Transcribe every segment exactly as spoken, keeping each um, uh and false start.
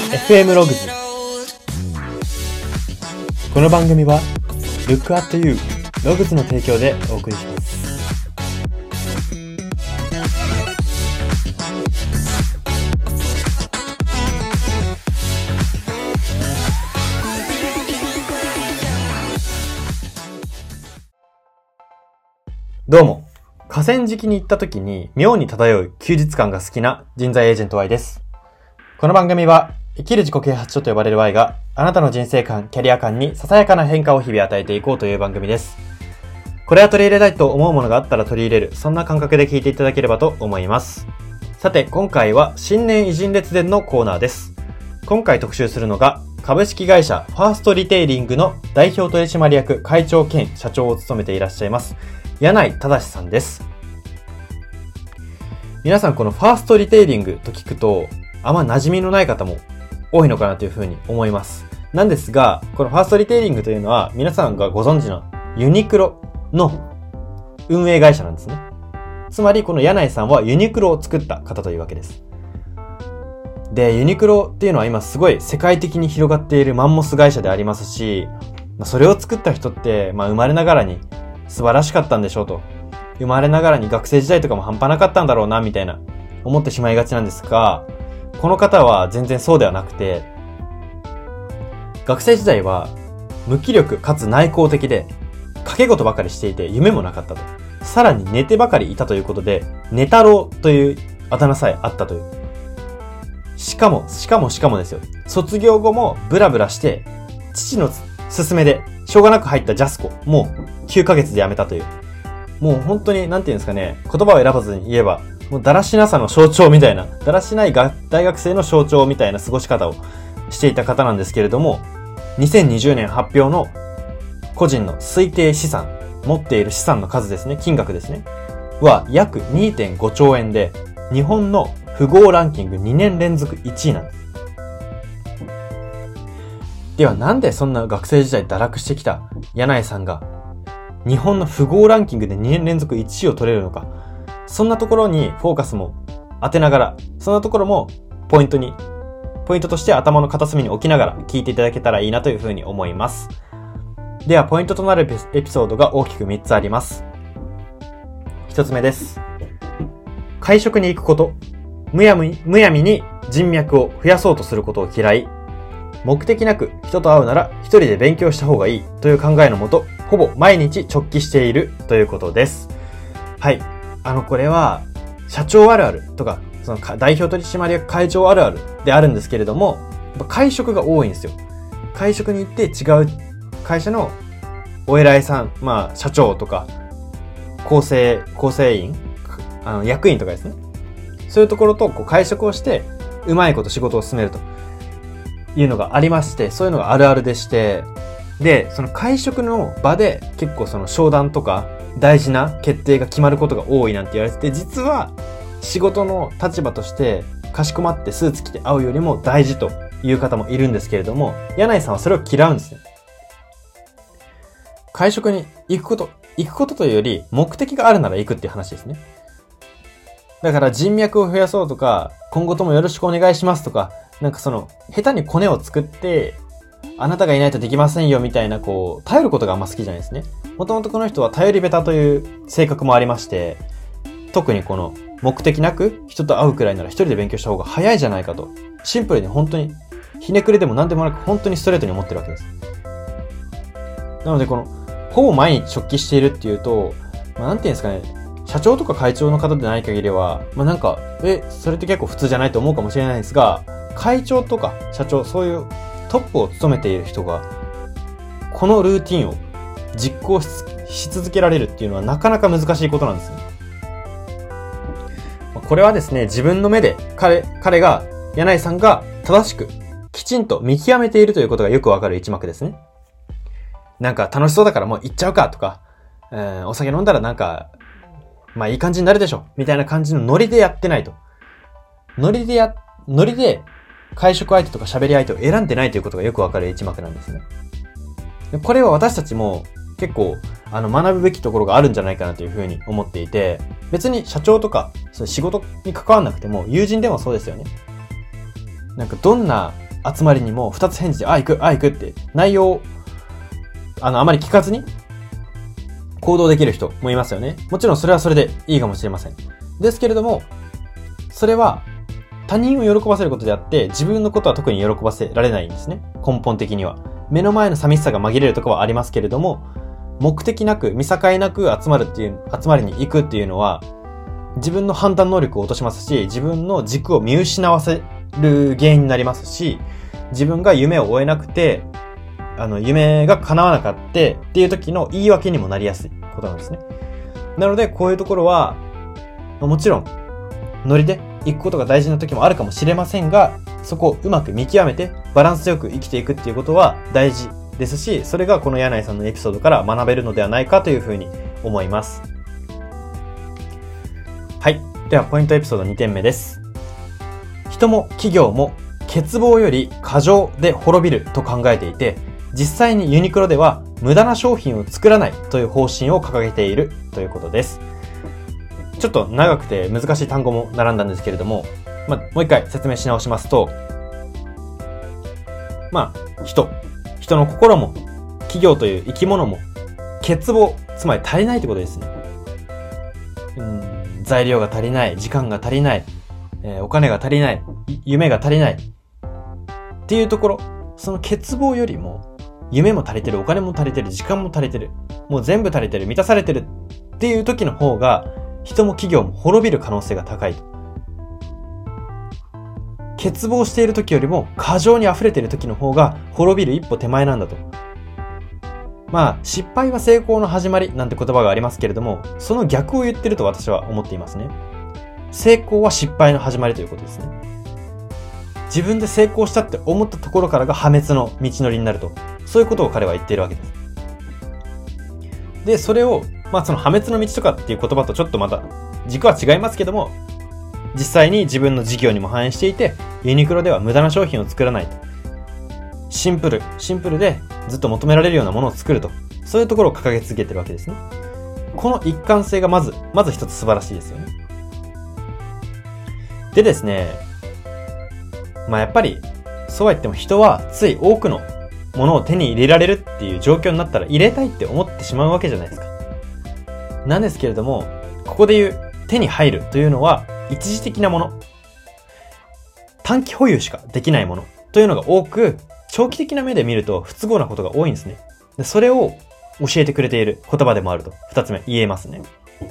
エフエム ログズ。この番組は Look at You ログズの提供でお送りします。どうも、河川敷に行った時に妙に漂う休日感が好きな人材エージェント Y です。この番組は生きる自己啓発書と呼ばれる Y があなたの人生観、キャリア観にささやかな変化を日々与えていこうという番組です。これは取り入れたいと思うものがあったら取り入れる、そんな感覚で聞いていただければと思います。さて、今回は新年偉人列伝のコーナーです。今回特集するのが株式会社ファーストリテイリングの代表取締役会長兼社長を務めていらっしゃいます柳井正さんです。皆さんこのファーストリテイリングと聞くとあんま馴染みのない方も多いのかなというふうに思います。なんですが、このファーストリテイリングというのは皆さんがご存知のユニクロの運営会社なんですね。つまりこの柳井さんはユニクロを作った方というわけです。で、ユニクロっていうのは今すごい世界的に広がっているマンモス会社でありますし、それを作った人ってまあ生まれながらに素晴らしかったんでしょうと。生まれながらに学生時代とかも半端なかったんだろうな、みたいな思ってしまいがちなんですが、この方は全然そうではなくて、学生時代は無気力かつ内向的で、掛け事ばかりしていて夢もなかったと。さらに寝てばかりいたということで、寝太郎というあだ名さえあったという。しかも、しかもしかもですよ。卒業後もブラブラして、父の勧めでしょうがなく入ったジャスコ、もうきゅうかげつで辞めたという。もう本当に、なんていうんですかね、言葉を選ばずに言えば、もうだらしなさの象徴みたいな、だらしないが大学生の象徴みたいな過ごし方をしていた方なんですけれども、にせんにじゅうねん発表の個人の推定資産、持っている資産の数ですね、金額ですね、は約 にてんごちょうえんで、日本の富豪ランキングにねん連続いちいなんです。ではなんでそんな学生時代堕落してきた柳井さんが日本の富豪ランキングでにねん連続いちいを取れるのか、そんなところにフォーカスも当てながら、そんなところもポイントに、ポイントとして頭の片隅に置きながら聞いていただけたらいいなというふうに思います。ではポイントとなるエピソードが大きくみっつあります。ひとつめです。会食に行くこと。むやみ、むやみに人脈を増やそうとすることを嫌い、目的なく人と会うなら一人で勉強した方がいいという考えのもと、ほぼ毎日直帰しているということです。はい。あの、これは、社長あるあるとか、その代表取締役会長あるあるであるんですけれども、会食が多いんですよ。会食に行って違う会社のお偉いさん、まあ、社長とか、構成、構成員、あの、役員とかですね。そういうところとこう会食をして、うまいこと仕事を進めるというのがありまして、そういうのがあるあるでして、で、その会食の場で結構その商談とか大事な決定が決まることが多いなんて言われてて、実は仕事の立場としてかしこまってスーツ着て会うよりも大事という方もいるんですけれども、柳井さんはそれを嫌うんですね。会食に行くこと、行くことというより目的があるなら行くっていう話ですね。だから人脈を増やそうとか、今後ともよろしくお願いしますとか、なんかその下手にコネを作ってあなたがいないとできませんよみたいな、こう頼ることがあんま好きじゃないですね。もともとこの人は頼り下手という性格もありまして、特にこの目的なく人と会うくらいなら一人で勉強した方が早いじゃないかと、シンプルに本当にひねくれでも何でもなく本当にストレートに思ってるわけです。なのでこのほぼ毎日直帰しているっていうと、まあ、なんていうんですかね、社長とか会長の方でない限りは、まあなんかえそれって結構普通じゃないと思うかもしれないですが、会長とか社長、そういうトップを務めている人がこのルーティンを実行 し, し続けられるっていうのはなかなか難しいことなんですね。これはですね、自分の目で彼彼が柳井さんが正しくきちんと見極めているということがよくわかる一幕ですね。なんか楽しそうだからもう行っちゃうかとか、えー、お酒飲んだらなんかまあいい感じになるでしょみたいな感じのノリでやってないと。ノリでやノリで会食相手とか喋り相手を選んでないということがよくわかる一幕なんですね。これは私たちも結構あの学ぶべきところがあるんじゃないかなというふうに思っていて、別に社長とかそう仕事に関わらなくても友人でもそうですよね。なんかどんな集まりにもふたつ返事で、あ、行く、あ、行くって内容を、あの、あまり聞かずに行動できる人もいますよね。もちろんそれはそれでいいかもしれません。ですけれども、それは他人を喜ばせることであって、自分のことは特に喜ばせられないんですね。根本的には。目の前の寂しさが紛れるとかはありますけれども、目的なく、見境なく集まるっていう、集まりに行くっていうのは、自分の判断能力を落としますし、自分の軸を見失わせる原因になりますし、自分が夢を追えなくて、あの、夢が叶わなかったっていう時の言い訳にもなりやすいことなんですね。なので、こういうところは、もちろん、ノリで行くことが大事な時もあるかもしれませんが、そこをうまく見極めて、バランスよく生きていくっていうことは大事ですし、それがこの柳井さんのエピソードから学べるのではないかというふうに思います。はい。では、ポイントエピソードにてんめです。人も企業も欠乏より過剰で滅びると考えていて、実際にユニクロでは無駄な商品を作らないという方針を掲げているということです。ちょっと長くて難しい単語も並んだんですけれども、まあ、もう一回説明し直しますと、まあ、人、人の心も企業という生き物も欠乏、つまり足りないということですね。うーん、材料が足りない、時間が足りない、えー、お金が足りない、夢が足りないっていうところ、その欠乏よりも夢も足りてる、お金も足りてる、時間も足りてる、もう全部足りてる、満たされてるっていう時の方が人も企業も滅びる可能性が高いと。欠乏している時よりも過剰に溢れている時の方が滅びる一歩手前なんだと。まあ、失敗は成功の始まりなんて言葉がありますけれども、その逆を言ってると私は思っていますね。成功は失敗の始まりということですね。自分で成功したって思ったところからが破滅の道のりになると。そういうことを彼は言っているわけです。で、それを、まあその破滅の道とかっていう言葉とちょっとまた軸は違いますけども、実際に自分の事業にも反映していて、ユニクロでは無駄な商品を作らないと。シンプル、シンプルでずっと求められるようなものを作ると。そういうところを掲げ続けてるわけですね。この一貫性がまず、まず一つ素晴らしいですよね。でですね、まあやっぱり、そうは言っても人はつい多くのものを手に入れられるっていう状況になったら入れたいって思ってしまうわけじゃないですか。なんですけれども、ここで言う手に入るというのは一時的なもの。短期保有しかできないものというのが多く、長期的な目で見ると不都合なことが多いんですね。でそれを教えてくれている言葉でもあると、二つ目言えますね。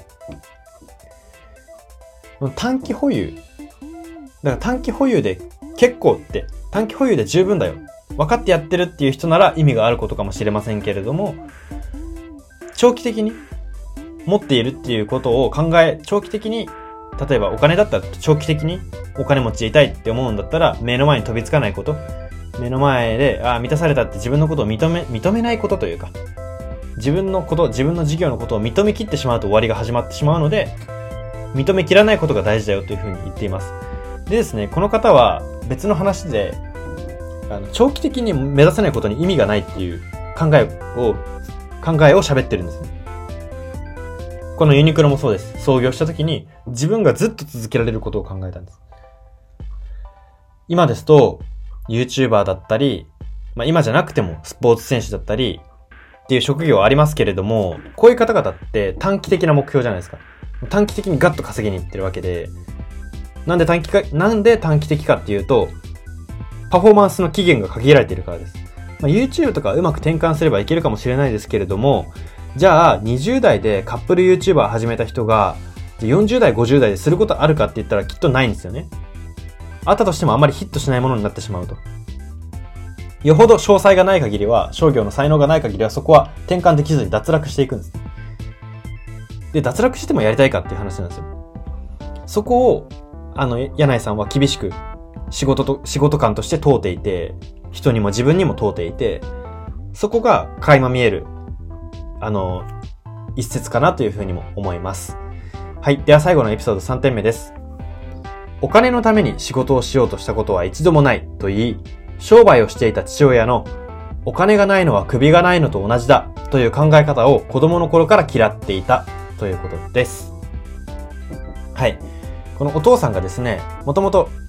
短期保有。だから短期保有で結構って、短期保有で十分だよ。分かってやってるっていう人なら意味があることかもしれませんけれども、長期的に持っているっていうことを考え、長期的に、例えばお金だったら長期的にお金持ちでいたいって思うんだったら、目の前に飛びつかないこと、目の前で、ああ、満たされたって自分のことを認め、認めないことというか、自分のこと、自分の事業のことを認めきってしまうと終わりが始まってしまうので、認めきらないことが大事だよというふうに言っています。でですね、この方は別の話で、あの長期的に目指せないことに意味がないっていう考えを、考えを喋ってるんですね。このユニクロもそうです。創業した時に自分がずっと続けられることを考えたんです。今ですと、YouTuber だったり、まあ今じゃなくてもスポーツ選手だったりっていう職業はありますけれども、こういう方々って短期的な目標じゃないですか。短期的にガッと稼ぎに行ってるわけで、なんで短期か、なんで短期的かっていうと、パフォーマンスの期限が限られているからです。まあ、YouTube とかうまく転換すればいけるかもしれないですけれども、じゃあにじゅう代でカップル YouTuber 始めた人がよんじゅう代、ごじゅう代ですることあるかって言ったらきっとないんですよね。あったとしてもあまりヒットしないものになってしまうと。よほど詳細がない限りは、商業の才能がない限りはそこは転換できずに脱落していくんです。で、脱落してもやりたいかっていう話なんですよ。そこを、あの、柳井さんは厳しく仕事と、仕事感として問うていて、人にも自分にも問うていて、そこが垣間見える、あの、一節かなというふうにも思います。はい。では最後のエピソードさんてんめです。お金のために仕事をしようとしたことは一度もないと言い、商売をしていた父親のお金がないのは首がないのと同じだという考え方を子供の頃から嫌っていたということです。はい。このお父さんがですね、もともと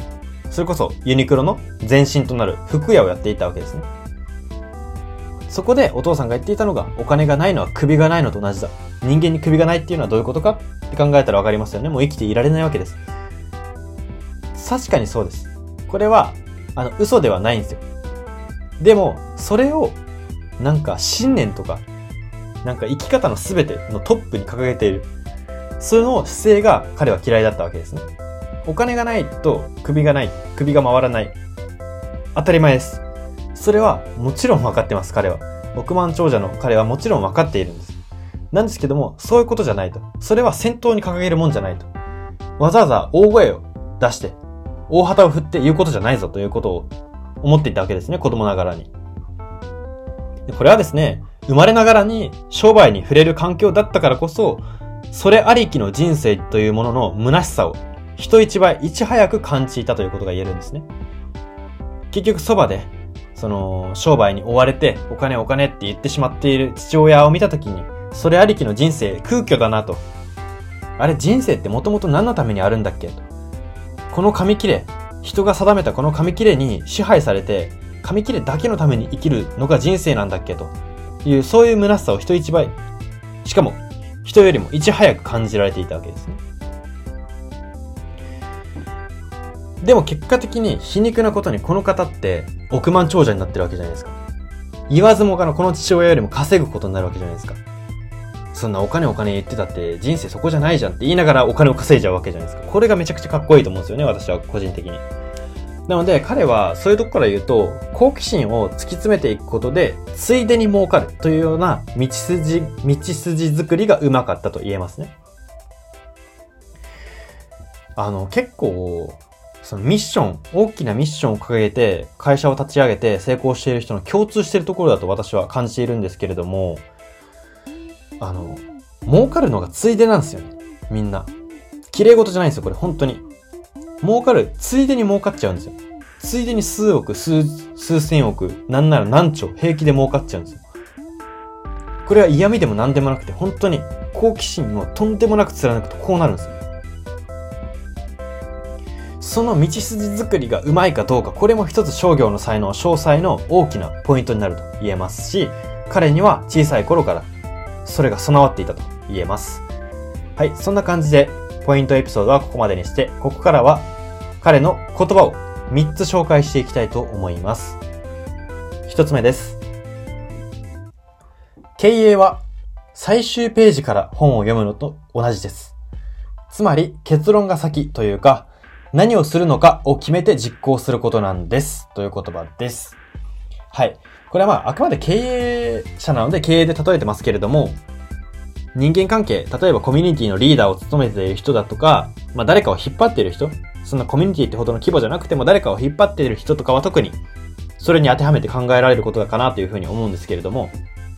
それこそユニクロの前身となる服屋をやっていたわけですね。そこでお父さんが言っていたのが、お金がないのは首がないのと同じだ。人間に首がないっていうのはどういうことかって考えたらわかりますよね。もう生きていられないわけです。確かにそうです。これは、あの、嘘ではないんですよ。でも、それを、なんか信念とか、なんか生き方の全てのトップに掲げている。その姿勢が彼は嫌いだったわけですね。お金がないと首がない、首が回らない。当たり前です。それはもちろん分かってます、彼は。億万長者の彼はもちろん分かっているんです。なんですけども、そういうことじゃないと。それは先頭に掲げるもんじゃないと。わざわざ大声を出して、大旗を振って言うことじゃないぞということを思っていたわけですね、子供ながらに。でこれはですね、生まれながらに商売に触れる環境だったからこそ、それありきの人生というものの虚しさを人一倍いち早く感じたということが言えるんですね。結局そばで、その商売に追われてお金お金って言ってしまっている父親を見たときに、それありきの人生空虚だなと。あれ人生ってもともと何のためにあるんだっけと。この紙切れ、人が定めたこの紙切れに支配されて、紙切れだけのために生きるのが人生なんだっけという、そういう虚しさを人一倍、しかも人よりもいち早く感じられていたわけですね。でも結果的に皮肉なことにこの方って億万長者になってるわけじゃないですか。言わずもがなこの父親よりも稼ぐことになるわけじゃないですか。そんなお金お金言ってたって人生そこじゃないじゃんって言いながらお金を稼いじゃうわけじゃないですか。これがめちゃくちゃかっこいいと思うんですよね、私は個人的に。なので彼はそういうとこから言うと、好奇心を突き詰めていくことでついでに儲かるというような道筋、道筋作りがうまかったと言えますね。あの結構そのミッション、大きなミッションを掲げて会社を立ち上げて成功している人の共通しているところだと私は感じているんですけれども、あの、儲かるのがついでなんですよね。みんな。綺麗事じゃないんですよ、これ本当に。儲かる、ついでに儲かっちゃうんですよ。ついでに数億、数、数千億、なんなら何兆、平気で儲かっちゃうんですよ。これは嫌味でも何でもなくて、本当に好奇心をとんでもなく貫くとこうなるんですよ。その道筋作りがうまいかどうか、これも一つ商業の才能、商才の大きなポイントになると言えますし、彼には小さい頃からそれが備わっていたと言えます。はい、そんな感じでポイントエピソードはここまでにして、ここからは彼の言葉をみっつ紹介していきたいと思います。ひとつめです。経営は最終ページから本を読むのと同じです。つまり結論が先というか、何をするのかを決めて実行することなんですという言葉です。はい。これはまああくまで経営者なので経営で例えてますけれども、人間関係、例えばコミュニティのリーダーを務めている人だとか、まあ誰かを引っ張っている人、そんなコミュニティってほどの規模じゃなくても誰かを引っ張っている人とかは特にそれに当てはめて考えられることだかなというふうに思うんですけれども、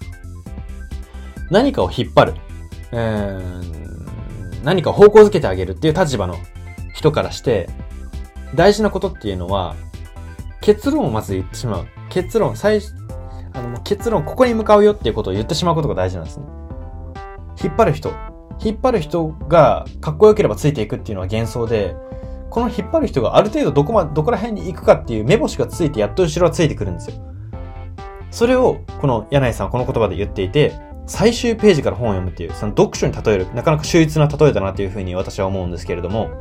何かを引っ張る、えー、何かを方向づけてあげるっていう立場の人からして大事なことっていうのは結論をまず言ってしまう。結論、最初、あの、結論、ここに向かうよっていうことを言ってしまうことが大事なんですね。引っ張る人。引っ張る人がかっこよければついていくっていうのは幻想で、この引っ張る人がある程度どこま、どこら辺に行くかっていう目星がついてやっと後ろはついてくるんですよ。それを、この柳井さんはこの言葉で言っていて、最終ページから本を読むっていう、その読書に例える、なかなか秀逸な例えだなというふうに私は思うんですけれども、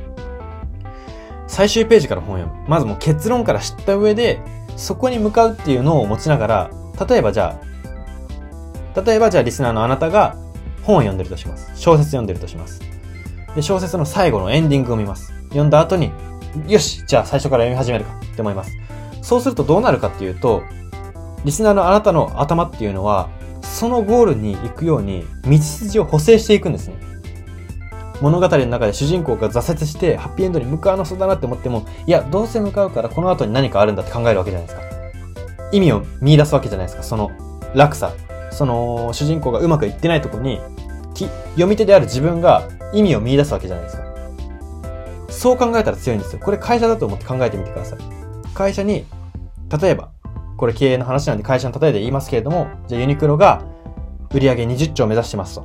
最終ページから本を読む。まずもう結論から知った上で、そこに向かうっていうのを持ちながら、例えばじゃあ、例えばじゃあリスナーのあなたが本を読んでるとします。小説読んでるとします。で、小説の最後のエンディングを見ます。読んだ後に、よし、じゃあ最初から読み始めるかって思います。そうするとどうなるかっていうと、リスナーのあなたの頭っていうのは、そのゴールに行くように道筋を補正していくんですね。物語の中で主人公が挫折してハッピーエンドに向かわなそうだなって思っても、いや、どうせ向かうからこの後に何かあるんだって考えるわけじゃないですか。意味を見出すわけじゃないですか。その落差。その主人公がうまくいってないところに、読み手である自分が意味を見出すわけじゃないですか。そう考えたら強いんですよ。これ会社だと思って考えてみてください。会社に、例えば、これ経営の話なんで会社の例えで言いますけれども、じゃあユニクロが売上にじゅっちょう目指してますと。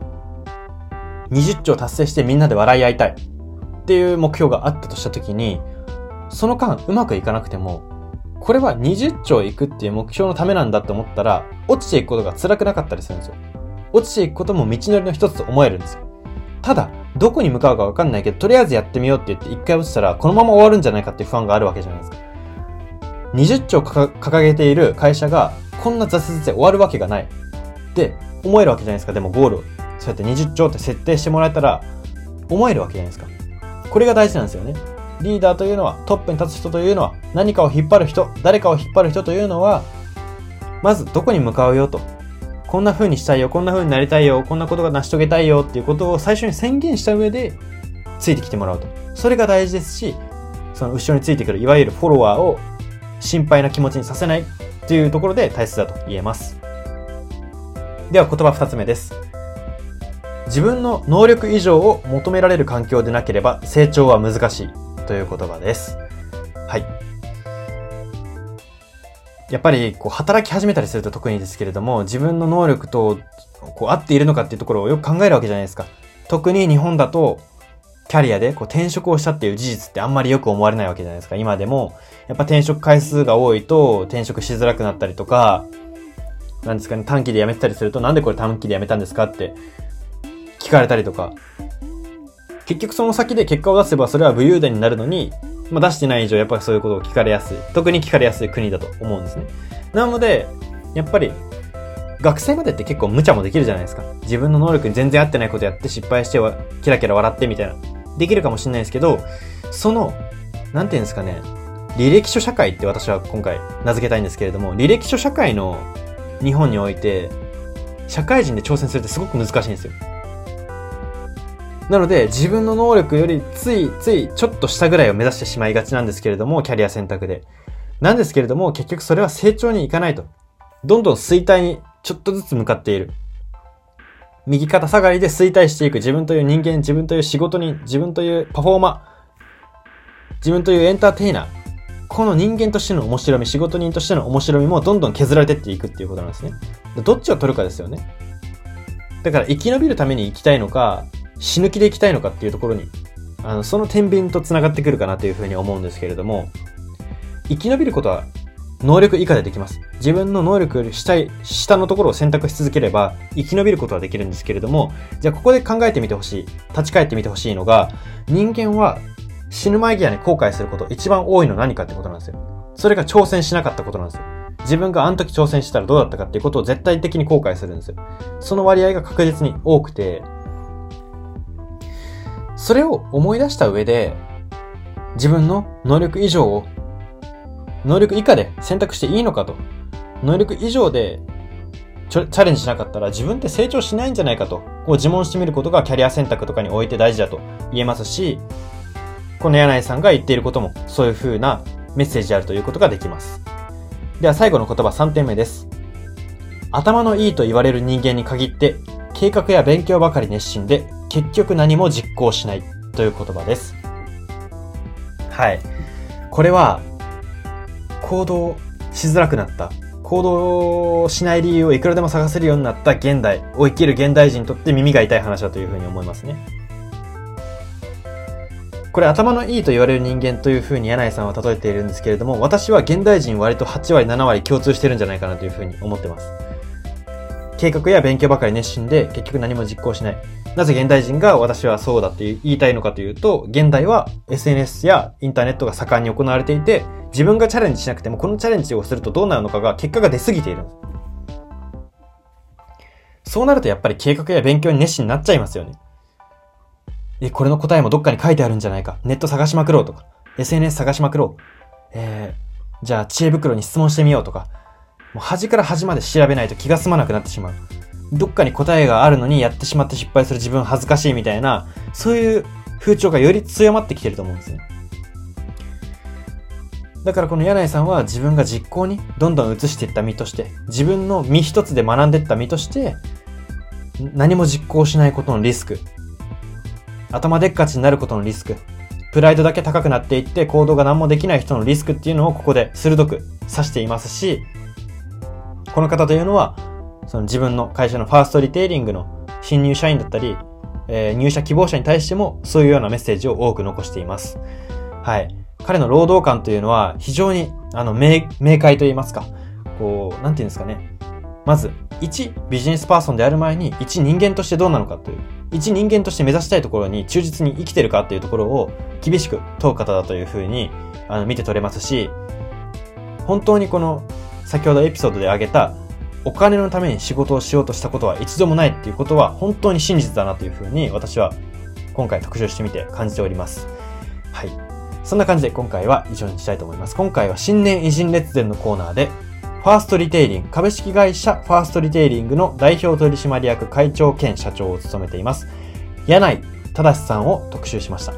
にじゅっちょう達成してみんなで笑い合いたいっていう目標があったとしたときに、 その間うまくいかなくても、これはにじゅっちょういくっていう目標のためなんだって思ったら、落ちていくことが辛くなかったりするんですよ。落ちていくことも道のりの一つと思えるんですよ。ただ、どこに向かうかわかんないけど、とりあえずやってみようって言って一回落ちたら、このまま終わるんじゃないかっていう不安があるわけじゃないですか。にじゅっちょう掲げている会社が、こんな挫折で終わるわけがない。って思えるわけじゃないですか。でもゴールを、そうやってにじゅっちょうって設定してもらえたら、思えるわけじゃないですか。これが大事なんですよね。リーダーというのは、トップに立つ人というのは、何かを引っ張る人、誰かを引っ張る人というのは、まずどこに向かうよと。こんな風にしたいよ、こんな風になりたいよ、こんなことが成し遂げたいよっていうことを最初に宣言した上で、ついてきてもらうと。それが大事ですし、その後ろについてくる、いわゆるフォロワーを心配な気持ちにさせないというところで大切だと言えます。では言葉二つ目です。自分の能力以上を求められる環境でなければ成長は難しいという言葉です。はい。やっぱりこう働き始めたりすると特にですけれども、自分の能力とこう合っているのかっていうところをよく考えるわけじゃないですか。特に日本だとキャリアでこう転職をしたっていう事実ってあんまりよく思われないわけじゃないですか。今でもやっぱ転職回数が多いと転職しづらくなったりとか、なんですかね、短期で辞めてたりすると、なんでこれ短期で辞めたんですかって聞かれたりとか、結局その先で結果を出せばそれは武勇伝になるのに、まあ、出してない以上やっぱりそういうことを聞かれやすい、特に聞かれやすい国だと思うんですね。なのでやっぱり学生までって結構無茶もできるじゃないですか。自分の能力に全然合ってないことやって失敗してはキラキラ笑ってみたいな、できるかもしれないですけど、そのなんていうんですかね、履歴書社会って私は今回名付けたいんですけれども、履歴書社会の日本において社会人で挑戦するってすごく難しいんですよ。なので自分の能力よりついついちょっと下ぐらいを目指してしまいがちなんですけれども、キャリア選択でなんですけれども、結局それは成長にいかないと、どんどん衰退にちょっとずつ向かっている、右肩下がりで衰退していく自分という人間、自分という仕事人、自分というパフォーマー、自分というエンターテイナー、この人間としての面白み、仕事人としての面白みもどんどん削られてっていくっていうことなんですね。どっちを取るかですよね。だから生き延びるために生きたいのか、死ぬ気で生きたいのかっていうところに、あのその天秤と繋がってくるかなというふうに思うんですけれども、生き延びることは能力以下でできます。自分の能力より下い下のところを選択し続ければ生き延びることはできるんですけれども、じゃあここで考えてみてほしい、立ち返ってみてほしいのが、人間は死ぬ間際に後悔すること一番多いのは何かってことなんですよ。それが挑戦しなかったことなんですよ。自分があの時挑戦したらどうだったかっていうことを絶対的に後悔するんですよ。その割合が確実に多くて、それを思い出した上で自分の能力以上を能力以下で選択していいのかと、能力以上でチャレンジしなかったら自分って成長しないんじゃないかと、こう自問してみることがキャリア選択とかにおいて大事だと言えますし、この柳井さんが言っていることもそういう風なメッセージであるということができます。では最後の言葉さんてんめです。頭のいいと言われる人間に限って計画や勉強ばかり熱心で結局何も実行しないという言葉です。はい。これは行動しづらくなった、行動しない理由をいくらでも探せるようになった現代を生きる現代人にとって耳が痛い話だというふうに思いますね。これ頭のいいと言われる人間というふうに柳井さんは例えているんですけれども、私は現代人割とはちわりななわり共通してるんじゃないかなというふうに思ってます。計画や勉強ばかり熱心で結局何も実行しない。なぜ現代人が私はそうだって言いたいのかというと、現代は エスエヌエス やインターネットが盛んに行われていて、自分がチャレンジしなくてもこのチャレンジをするとどうなるのかが結果が出過ぎているんです。そうなるとやっぱり計画や勉強に熱心になっちゃいますよね。え、これの答えもどっかに書いてあるんじゃないか。ネット探しまくろうとか、エスエヌエス 探しまくろう。えー、じゃあ知恵袋に質問してみようとか、もう端から端まで調べないと気が済まなくなってしまう。どっかに答えがあるのにやってしまって失敗する自分恥ずかしいみたいな、そういう風潮がより強まってきてると思うんですね。だからこの柳井さんは自分が実行にどんどん移していった身として、自分の身一つで学んでいった身として、何も実行しないことのリスク、頭でっかちになることのリスク、プライドだけ高くなっていって行動が何もできない人のリスクっていうのをここで鋭く指していますし、この方というのはその自分の会社のファーストリテイリングの新入社員だったり、えー、入社希望者に対してもそういうようなメッセージを多く残しています。はい。 彼の労働観というのは非常に、あの、明、明快と言いますか。こう、なんていうんですかね。まず、一ビジネスパーソンである前に、一人間としてどうなのかという、一人間として目指したいところに忠実に生きてるかっていうところを厳しく問う方だというふうに、あの、見て取れますし、本当にこの、先ほどエピソードで挙げた、お金のために仕事をしようとしたことは一度もないっていうことは本当に真実だなというふうに私は今回特集してみて感じております。はい。そんな感じで今回は以上にしたいと思います。今回は新年偉人列伝のコーナーで、ファーストリテイリング、株式会社ファーストリテイリングの代表取締役会長兼社長を務めています、柳井正さんを特集しました。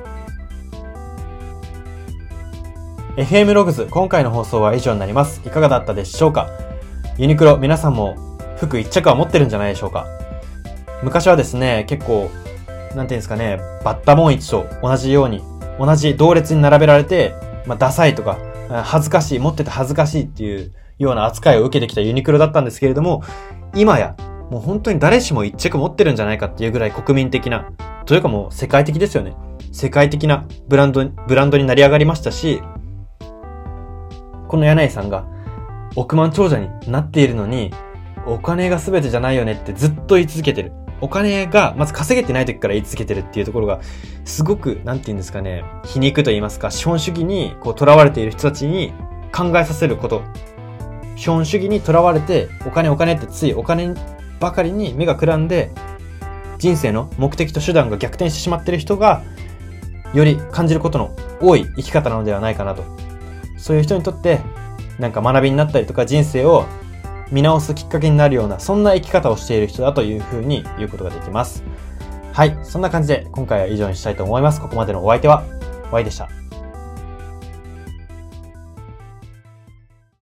エフエム ログズ、今回の放送は以上になります。いかがだったでしょうか？ユニクロ、皆さんも服一着は持ってるんじゃないでしょうか？昔はですね、結構、なんていうんですかね、バッタモン市と同じように、同じ同列に並べられて、まあ、ダサいとか、恥ずかしい、持ってて恥ずかしいっていうような扱いを受けてきたユニクロだったんですけれども、今や、もう本当に誰しも一着持ってるんじゃないかっていうぐらい国民的な、というかもう世界的ですよね。世界的なブランド、ブランドになり上がりましたし、この柳井さんが億万長者になっているのに、お金が全てじゃないよねってずっと言い続けてる。お金がまず稼げてない時から言い続けてるっていうところが、すごく、なんて言うんですかね、皮肉と言いますか、資本主義にこう囚われている人たちに考えさせること。資本主義に囚われて、お金お金ってついお金ばかりに目がくらんで、人生の目的と手段が逆転してしまっている人が、より感じることの多い生き方なのではないかなと。そういう人にとって、なんか学びになったりとか人生を見直すきっかけになるような、そんな生き方をしている人だというふうに言うことができます。はい。そんな感じで今回は以上にしたいと思います。ここまでのお相手は、Yでした。